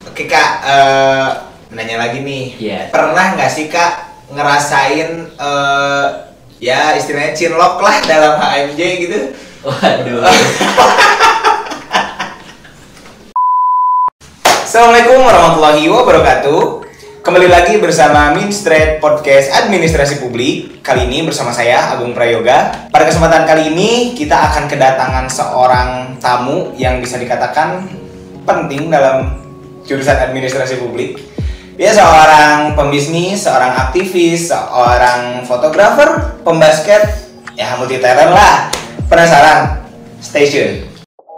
Oke kak, nanya lagi nih. Iya. Pernah nggak sih kak ngerasain ya istilahnya cinlok lah dalam HMJ gitu? Waduh. Assalamualaikum warahmatullahi wabarakatuh. Kembali lagi bersama Minstreet Podcast Administrasi Publik. Kali ini bersama saya Agung Prayoga. Pada kesempatan kali ini kita akan kedatangan seorang tamu yang bisa dikatakan penting dalam jurusan Administrasi Publik. Dia seorang pembisnis, seorang aktivis, seorang fotografer, pembasket, ya multi talent lah. Penasaran? Stay tune.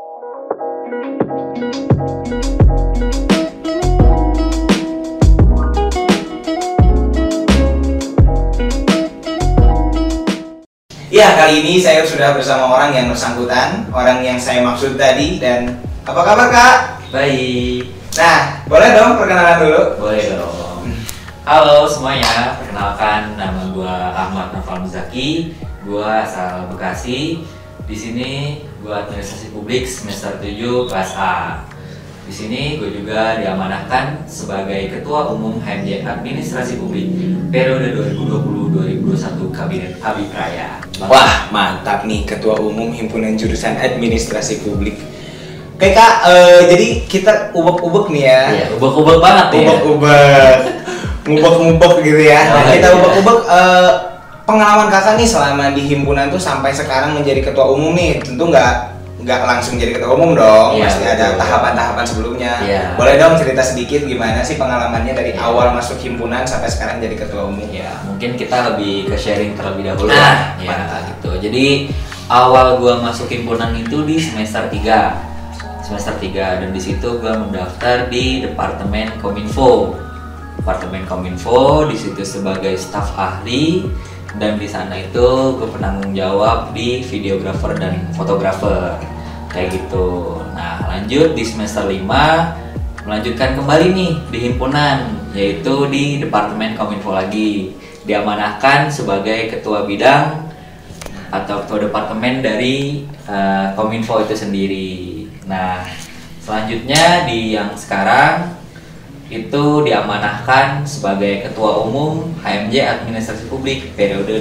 Ya, kali ini saya sudah bersama orang yang bersangkutan, orang yang saya maksud tadi. Dan apa kabar kak? Baik. Nah, boleh dong perkenalan dulu? Boleh dong. Halo semuanya, perkenalkan nama gua Ahmad Noval Muzaki. Gua asal Bekasi. Di sini gua Administrasi Publik semester 7 kelas A. Di sini gue juga diamanahkan sebagai Ketua Umum HMJ Administrasi Publik periode 2020-2021 Kabinet Abipraya. Wah, mantap nih, Ketua Umum Himpunan Jurusan Administrasi Publik. Oke kak, jadi kita ubek-ubek nih ya. Iya, ubek-ubek banget nih. Ubek-ubek, ngubek-ngubek gitu ya. Nah, Oh, kita iya. ubek-ubek pengalaman kakak nih selama di himpunan tuh sampai sekarang menjadi ketua umum nih. Tentu nggak langsung jadi ketua umum dong, Iya, pasti ada betul. tahapan-tahapan sebelumnya. Iya. Boleh dong cerita sedikit gimana sih pengalamannya dari awal masuk himpunan sampai sekarang jadi ketua umum? Ya, mungkin kita lebih ke sharing terlebih dahulu Nah, ya, mantap. gitu. Jadi awal gua masuk himpunan itu di semester 3. Semester 3 dan di situ gua mendaftar di Departemen Kominfo. Departemen Kominfo di situ sebagai staf ahli, dan di sana itu gue penanggung jawab di videografer dan fotografer kayak gitu. Nah, lanjut di semester 5 melanjutkan kembali nih di himpunan, yaitu di Departemen Kominfo lagi, diamanahkan sebagai ketua bidang atau ketua departemen dari Kominfo itu sendiri. Nah, selanjutnya di yang sekarang itu diamanahkan sebagai Ketua Umum HMJ Administrasi Publik periode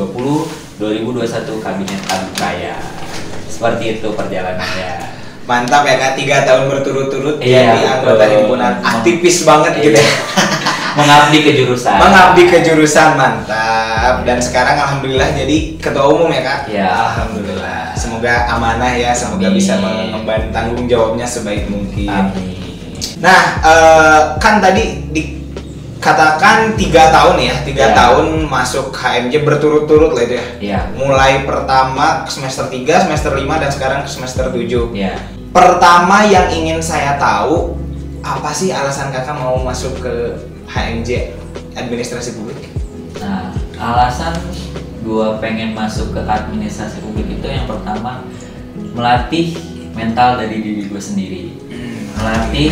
2020-2021 Kabinet Abipraya. Seperti itu perjalanannya. Mantap ya kak, 3 tahun berturut-turut Iya, jadi anggota betul. himpunan, aktivis banget gitu ya. Mengabdi ke jurusan. Mengabdi ke jurusan, mantap. Dan sekarang alhamdulillah jadi ketua umum ya kak. Ya, Alhamdulillah. Semoga amanah ya, semoga Amin. bisa mengemban tanggung jawabnya sebaik mungkin. Amin. Nah, kan tadi dikatakan 3 tahun ya, 3 Ya. tahun masuk HMJ berturut-turut lah itu ya. Iya. Mulai pertama ke semester 3, semester 5, dan sekarang ke semester 7. Ya. Pertama yang ingin saya tahu, apa sih alasan kakak mau masuk ke HMJ Administrasi Publik? Nah, alasan gua pengen masuk ke administrasi publik itu yang pertama melatih mental dari diri gue sendiri. Melatih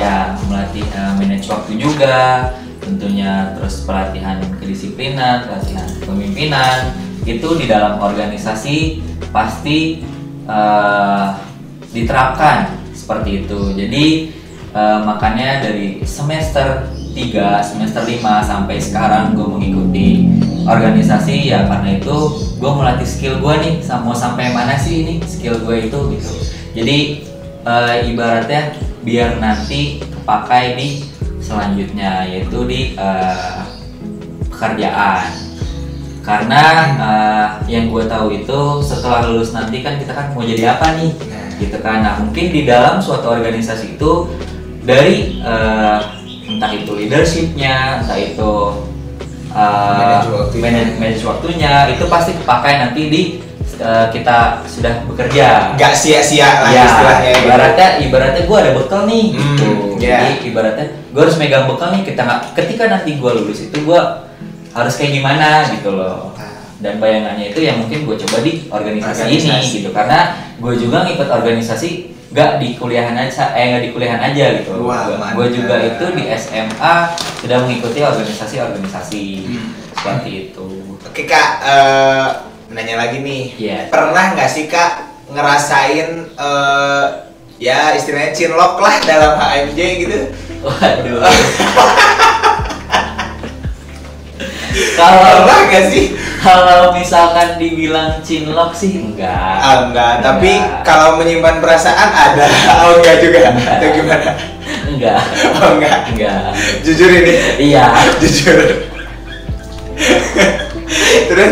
manage waktu juga tentunya, terus pelatihan kedisiplinan, pelatihan kepemimpinan itu di dalam organisasi pasti diterapkan seperti itu. Jadi makanya dari semester 3, semester 5 sampai sekarang gue mengikuti organisasi ya, karena itu gue melatih skill gue nih, mau sampai mana sih ini skill gue itu gitu. Jadi ibaratnya biar nanti kepakai di selanjutnya, yaitu di pekerjaan. Karena yang gue tahu itu setelah lulus nanti kan kita kan mau jadi apa nih, gitu kan. Nah, mungkin di dalam suatu organisasi itu dari entah itu leadershipnya, entah itu manage waktunya, itu pasti kepakai nanti di kita sudah bekerja. Gak sia-sia lah Ya, istilahnya gitu. ibaratnya gue ada bekal nih, gitu. ya. Jadi ibaratnya gue harus megang bekal nih, ketika nanti gue lulus itu gue harus kayak gimana gitu loh. Dan bayangannya itu yang mungkin gue coba di organisasi ini gitu, karena gue juga ngikut organisasi nggak di kuliahan aja gitu. Wah, Gue juga mantap. itu di SMA sudah mengikuti organisasi seperti itu. Oke kak, nanya lagi nih. Iya. Pernah nggak sih kak ngerasain ya istilahnya cinlok lah dalam HMJ gitu. Waduh. Kalau Pernah gak sih? kalau misalkan dibilang cinlok sih enggak. Enggak, tapi Enggak. kalau menyimpan perasaan ada. Oh enggak juga. Enggak. Atau gimana? Enggak. Oh enggak. Enggak. Jujur ini. Iya. Jujur. Terus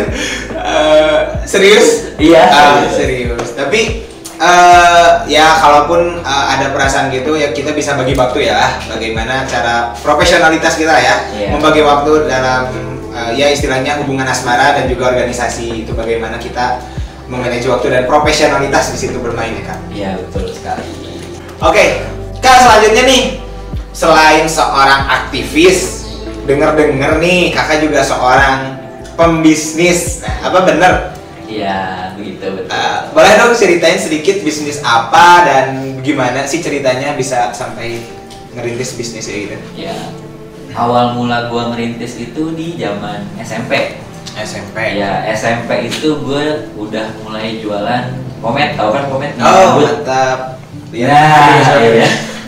serius? Iya. Serius. Tapi ya kalaupun ada perasaan gitu ya kita bisa bagi waktu ya. Bagaimana cara profesionalitas kita ya Iya. membagi waktu dalam ya istilahnya hubungan asmara dan juga organisasi itu bagaimana kita memanage waktu dan profesionalitas di situ bermain ya Kak. Iya, betul sekali. Oke, Kak selanjutnya nih selain seorang aktivis, denger nih Kakak juga seorang pembisnis. Nah, apa bener? Iya, begitu betul. Boleh dong ceritain sedikit bisnis apa dan gimana sih ceritanya bisa sampai ngerintis bisnis kayak gitu? Ya, awal mula gua ngerintis itu di zaman SMP. SMP. Ya, SMP itu gue udah mulai jualan pomet, tau kan pomet? Oh, mantap. Nah, iya.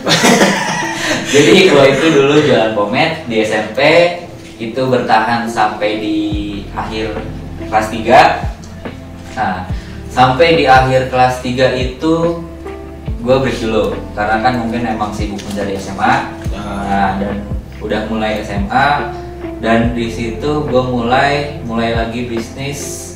Jadi gua itu dulu jualan pomet di SMP, itu bertahan sampai di akhir kelas 3. Nah, sampai di akhir kelas 3 itu gue break dulu karena kan mungkin emang sibuk mencari SMA. Nah, dan udah mulai SMA dan di situ gue mulai lagi bisnis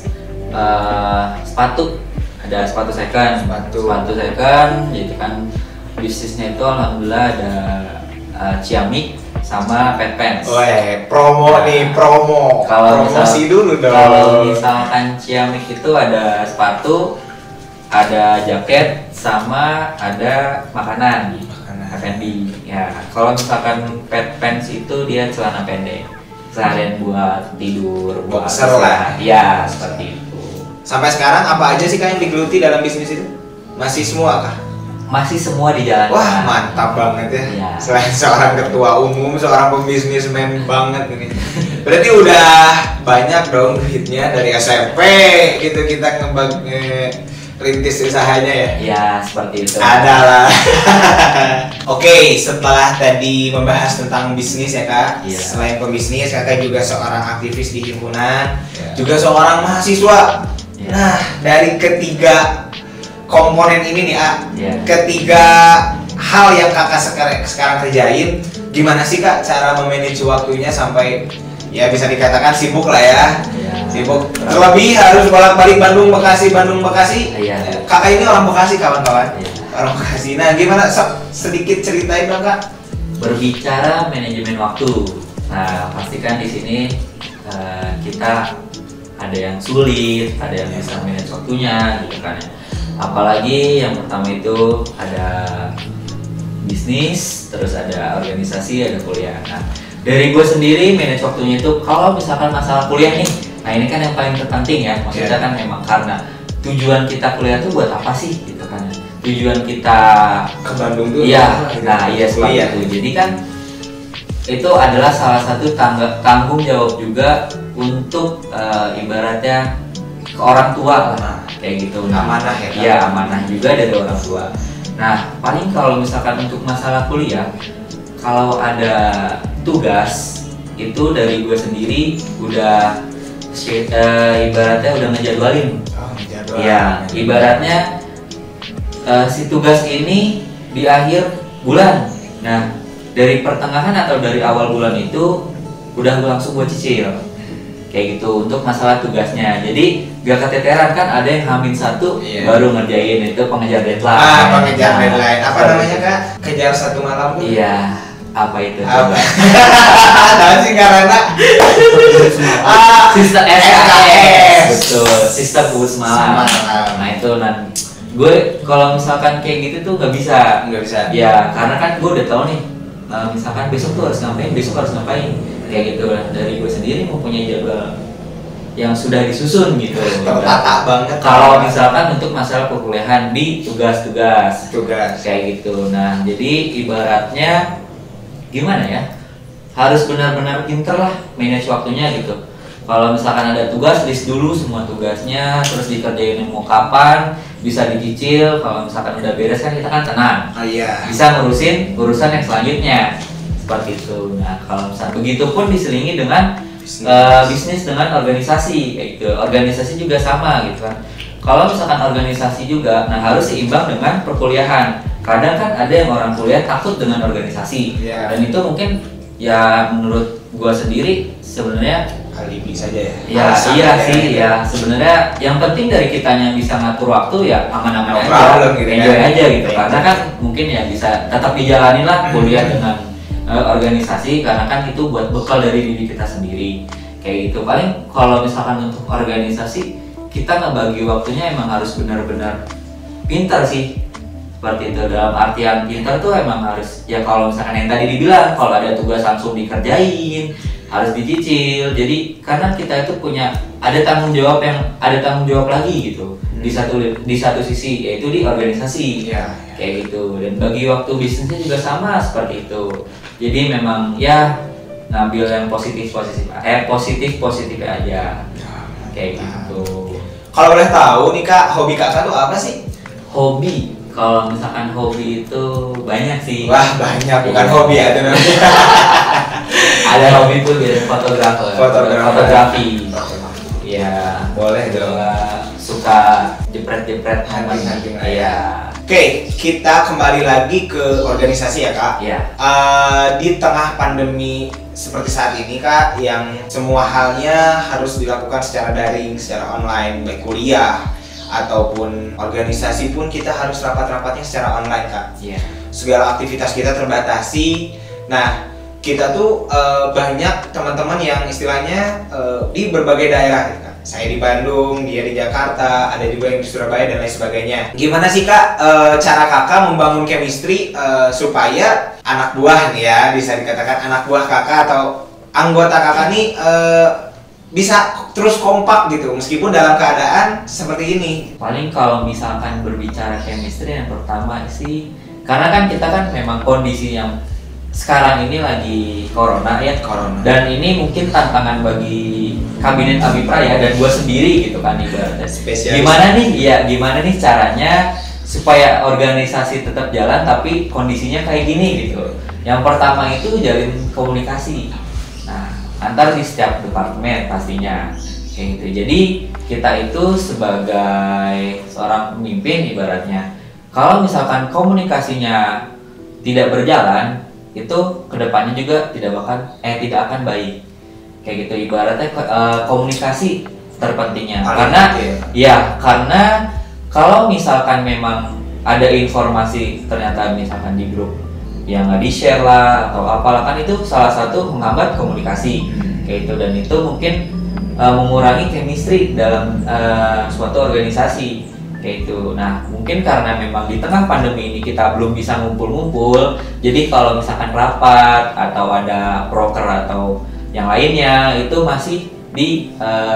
sepatu. Ada sepatu second. Sepatu second, jadi kan bisnisnya itu alhamdulillah ada Ciamik sama Pet Pants. Weh, promo nih, promo. Kalau promosi dulu dong. Kalau misalkan Ciamik itu ada sepatu, ada jaket, sama ada makanan. F&B. Ya, kalau misalkan Pet Pants itu dia celana pendek. Seharian buat tidur, buat Boxer lah. Ya, seperti itu. Sampai sekarang apa aja sih Kak yang digeluti dalam bisnis itu? Masih semua kah? Masih semua dijalankan. Wah, mantap banget ya. Iya. Selain seorang ketua umum, seorang pembisnismen banget ini. Berarti udah banyak dong duitnya dari SMP gitu kita rintis usahanya ya. Ya, seperti itu. Ada lah. Oke, setelah tadi membahas tentang bisnis ya Kak. Iya. Selain pembisnis, Kakak juga seorang aktivis di himpunan, Iya. juga seorang mahasiswa. Iya. Nah, dari ketiga komponen ini nih, Iya. ketiga hal yang Kakak sekarang kerjain, gimana sih Kak cara memanage waktunya sampai ya bisa dikatakan sibuk lah ya. Iya. Sibuk. Terlebih harus bolak-balik Bandung Bekasi. Iya. Kakak ini orang Bekasi kawan-kawan. Iya. Orang Bekasi. Nah, gimana sedikit ceritain dong Kak? Berbicara manajemen waktu. Nah, pastikan di sini kita ada yang sulit, ada yang bisa manage waktunya gitu kan. Apalagi yang pertama itu ada bisnis, terus ada organisasi, ada kuliah. Nah, dari gue sendiri manage waktunya itu kalau misalkan masalah kuliah nih, nah ini kan yang paling terpenting ya, maksudnya kan memang karena tujuan kita kuliah tuh buat apa sih gitu kan? Tujuan kita Ke Bandung tuh. iya, nah iya seperti itu. Jadi kan itu adalah salah satu tanggung jawab juga untuk ibaratnya ke orang tua lah, kayak gitu. Amanah ya, Kak? Iya, amanah juga dari orang tua. Nah, paling kalau misalkan untuk masalah kuliah, kalau ada tugas itu dari gue sendiri udah ibaratnya udah ngejadwalin. Oh, jadwal. Iya, ibaratnya si tugas ini di akhir bulan. Nah, dari pertengahan atau dari awal bulan itu udah langsung gue cicil. Kayak gitu untuk masalah tugasnya. Jadi gak keteteran kan ada yang H-1 Iya. baru ngerjain itu pengejar deadline. Pengejar Nah, deadline. Apa seperti namanya itu. Kak? Kejar satu malam tuh? Iya, apa itu? Apa? coba? Tahu sih karena Sistem SKS. SKS. Betul, sistem kubus malam. Semalam. Nah itu gue kalau misalkan kayak gitu tuh nggak bisa. Nggak bisa. Ya karena kan gue udah tahu nih, misalkan besok tuh harus ngapain, besok harus ngapain, kayak gitu. Nah, dari gue sendiri mempunyai jadwal yang sudah disusun gitu. Tertata banget. Kalau misalkan untuk masalah perkuliahan di tugas-tugas tugas. kayak gitu. Nah jadi ibaratnya gimana ya? Harus benar-benar pinter lah manage waktunya gitu. Kalau misalkan ada tugas, list dulu semua tugasnya, terus dikerjain mau kapan, bisa dicicil. Kalau misalkan udah beres kan kita kan tenang, bisa ngurusin urusan yang selanjutnya seperti itu. Nah kalau misalkan begitu pun diselingi dengan bisnis dengan organisasi, kayak gitu. Organisasi juga sama gitu kan. Kalau misalkan organisasi juga, nah harus seimbang dengan perkuliahan. Kadang kan ada yang orang kuliah takut dengan organisasi, dan itu mungkin ya menurut gua sendiri sebenarnya alibi saja ya. Ya iya sih ya. Sebenarnya yang penting dari kitanya bisa ngatur waktu ya aman-aman aja, gitu, enjoy aja gitu. Karena kan mungkin ya bisa tetap dijalanin lah kuliah dengan organisasi, karena kan itu buat bekal dari diri kita sendiri kayak gitu. Paling kalau misalkan untuk organisasi kita ngebagi waktunya emang harus benar-benar pintar sih. Seperti itu, dalam artian pintar tuh emang harus ya, kalau misalkan yang tadi dibilang kalau ada tugas langsung dikerjain, harus dicicil. Jadi karena kita itu punya ada tanggung jawab lagi gitu di satu sisi, yaitu di organisasi kayak gitu. Dan bagi waktu bisnisnya juga sama seperti itu. Jadi memang ya ngambil yang positif aja kayak gitu. Kalau boleh tahu nih Kak, hobi Kakak tuh apa sih? Hobi, kalau misalkan hobi itu banyak sih. Wah banyak, bukan hobi ada namanya. Ada hobi itu biasa fotografi. Iya, boleh dong. Suka jepret hunting. Iya. Oke, kita kembali lagi ke organisasi ya Kak. Iya. Di tengah pandemi seperti saat ini Kak, yang semua halnya harus dilakukan secara daring, secara online, baik kuliah ataupun organisasi pun kita harus rapat-rapatnya secara online Kak. Iya. Segala aktivitas kita terbatasi. Nah, kita tuh banyak teman-teman yang istilahnya di berbagai daerah gitu, Kak. Saya di Bandung, dia di Jakarta, ada juga yang di Surabaya dan lain sebagainya. Gimana sih Kak cara Kakak membangun chemistry supaya anak buah nih ya, bisa dikatakan anak buah Kakak atau anggota Kakak nih bisa terus kompak gitu meskipun dalam keadaan seperti ini? Paling kalau misalkan berbicara chemistry, yang pertama sih, karena kan kita kan memang kondisi yang sekarang ini lagi corona ya, dan ini mungkin tantangan bagi kabinet Abipraya dan gua sendiri gitu kan ibaratnya. Gimana nih caranya supaya organisasi tetap jalan tapi kondisinya kayak gini gitu. Yang pertama itu jalin komunikasi. Nah, antar di setiap departemen pastinya kayak gitu. Jadi kita itu sebagai seorang pemimpin ibaratnya, kalau misalkan komunikasinya tidak berjalan, itu kedepannya juga tidak akan baik kayak gitu. Ibaratnya komunikasi terpentingnya, karena kalau misalkan memang ada informasi ternyata misalkan di grup yang nggak di-share lah atau apalah, kan itu salah satu menghambat komunikasi kayak itu, dan itu mungkin mengurangi chemistry dalam suatu organisasi kayak itu. Nah, mungkin karena memang di tengah pandemi ini kita belum bisa ngumpul-ngumpul, jadi kalau misalkan rapat atau ada proker atau yang lainnya itu masih di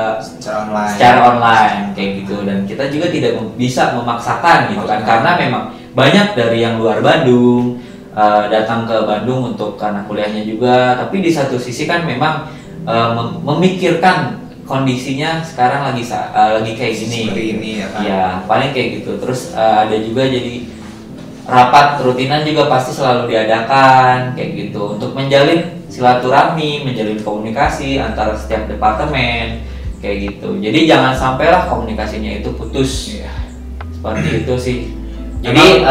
secara online kayak gitu, dan kita juga tidak bisa memaksakan gitu kan, karena memang banyak dari yang luar Bandung datang ke Bandung untuk karena kuliahnya juga, tapi di satu sisi kan memang memikirkan kondisinya sekarang lagi kayak gini. Seperti ini ya Pak. Ya, paling kayak gitu. Terus ada juga jadi rapat rutinan juga pasti selalu diadakan kayak gitu untuk menjalin silaturahmi, menjalin komunikasi antara setiap departemen kayak gitu. Jadi jangan sampailah komunikasinya itu putus. Seperti itu sih. Jadi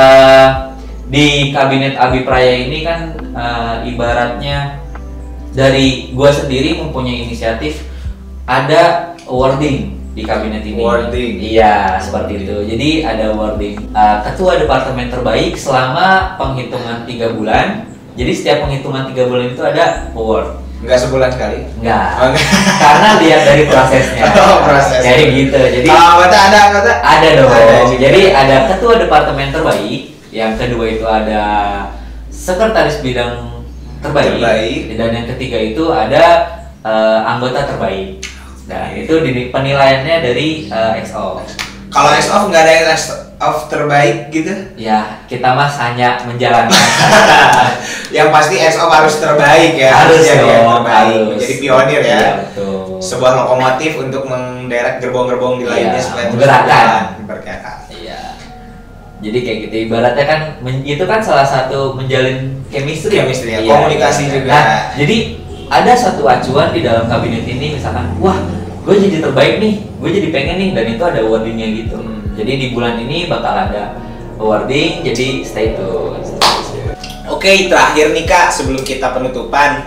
di kabinet Abipraya ini kan ibaratnya dari gua sendiri mempunyai inisiatif, ada awarding di kabinet ini. Iya, seperti itu. Jadi ada awarding ketua departemen terbaik selama penghitungan 3 bulan. Jadi setiap penghitungan 3 bulan itu ada award. Enggak sebulan sekali? Enggak. Karena lihat dari prosesnya. Jadi gitu. Jadi ada dong. Jadi ada ketua departemen terbaik, yang kedua itu ada sekretaris bidang terbaik. Dan yang ketiga itu ada anggota terbaik. Nah, itu penilaiannya dari XO. Kalau XO nggak ada yang XO terbaik gitu? Ya, kita mas hanya menjalankan. Yang pasti XO harus terbaik ya. Harus jadi dong, yang terbaik. harus. Jadi pionir ya. Iya, betul. sebuah lokomotif untuk menderek gerbong-gerbong di lainnya supaya terus bergerak. Iya. Jadi kayak gitu ibaratnya kan itu kan salah satu menjalin chemistry ya, komunikasi juga. Nah, jadi ada satu acuan di dalam kabinet ini misalkan, wah, gue jadi terbaik nih, gue jadi pengen nih, dan itu ada awardingnya gitu. Jadi di bulan ini bakal ada awarding, jadi stay tune. Oke, terakhir nih Kak, sebelum kita penutupan,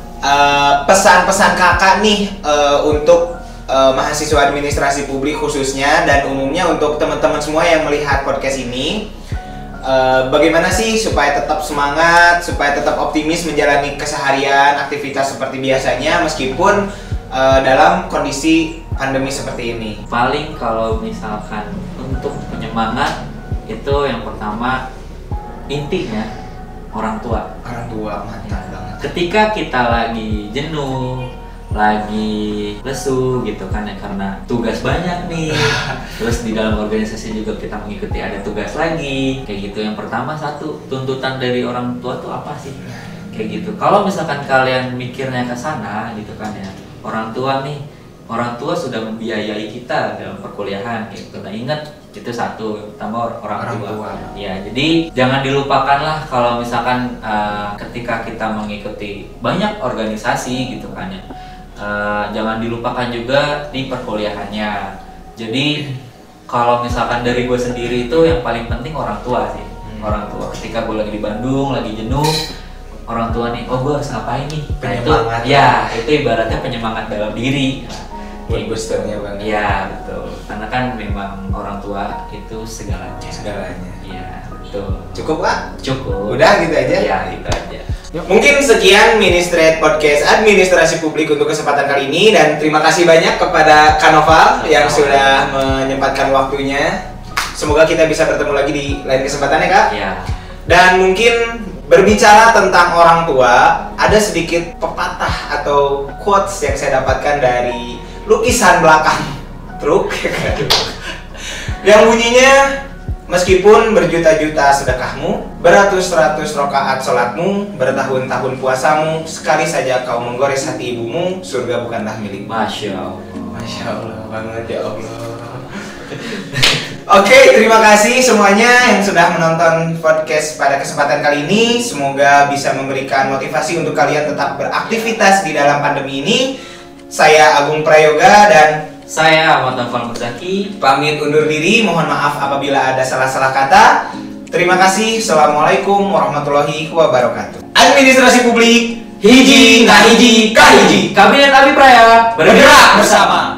pesan-pesan Kakak nih untuk mahasiswa administrasi publik khususnya dan umumnya untuk teman-teman semua yang melihat podcast ini, bagaimana sih supaya tetap semangat, supaya tetap optimis menjalani keseharian, aktivitas seperti biasanya meskipun dalam kondisi pandemi seperti ini? Paling kalau misalkan untuk penyemangat itu yang pertama intinya orang tua. Orang tua mantap banget. Ketika kita lagi jenuh, lagi lesu gitu kan ya karena tugas banyak nih, terus di dalam organisasi juga kita mengikuti ada tugas lagi kayak gitu. Yang pertama satu, tuntutan dari orang tua tuh apa sih kayak gitu. Kalau misalkan kalian mikirnya ke sana gitu kan ya, orang tua sudah membiayai kita dalam perkuliahan gitu. Nah ingat itu satu, pertama orang tua. Ya, jadi jangan dilupakan lah kalau misalkan ketika kita mengikuti banyak organisasi gitu kan ya. Jangan dilupakan juga di perkuliahannya. Jadi kalau misalkan dari gue sendiri itu yang paling penting orang tua sih. Orang tua. Ketika gue lagi di Bandung, lagi jenuh, orang tua nih, oh gue harus ngapain nih? Nah, penyemangat. Itu ibaratnya penyemangat dalam diri. Buat boosternya banget. Iya betul. Karena kan memang orang tua itu segalanya. Iya betul. Cukup Kak? Cukup. Udah gitu aja? Iya gitu aja. Mungkin sekian Ministrate Podcast Administrasi Publik untuk kesempatan kali ini, dan terima kasih banyak kepada Kak Noval yang sudah menyempatkan waktunya. Semoga kita bisa bertemu lagi di lain kesempatan ya Kak. Iya. Dan mungkin berbicara tentang orang tua, ada sedikit pepatah atau quotes yang saya dapatkan dari lukisan belakang truk yang bunyinya, meskipun berjuta-juta sedekahmu, beratus-ratus rakaat sholatmu, bertahun-tahun puasamu, sekali saja kau menggores hati ibumu, surga bukanlah milikmu. Masya Allah. Masya Allah banget ya Allah. Oke, terima kasih semuanya yang sudah menonton podcast pada kesempatan kali ini. Semoga bisa memberikan motivasi untuk kalian tetap beraktivitas di dalam pandemi ini. Saya Agung Prayoga dan saya Ahmad Noval Muzaki pamit undur diri. Mohon maaf apabila ada salah-salah kata. Terima kasih. Assalamualaikum warahmatullahi wabarakatuh. Administrasi Publik, hiji ngahiji kahiji. Kabinet Abipraya bergerak bersama.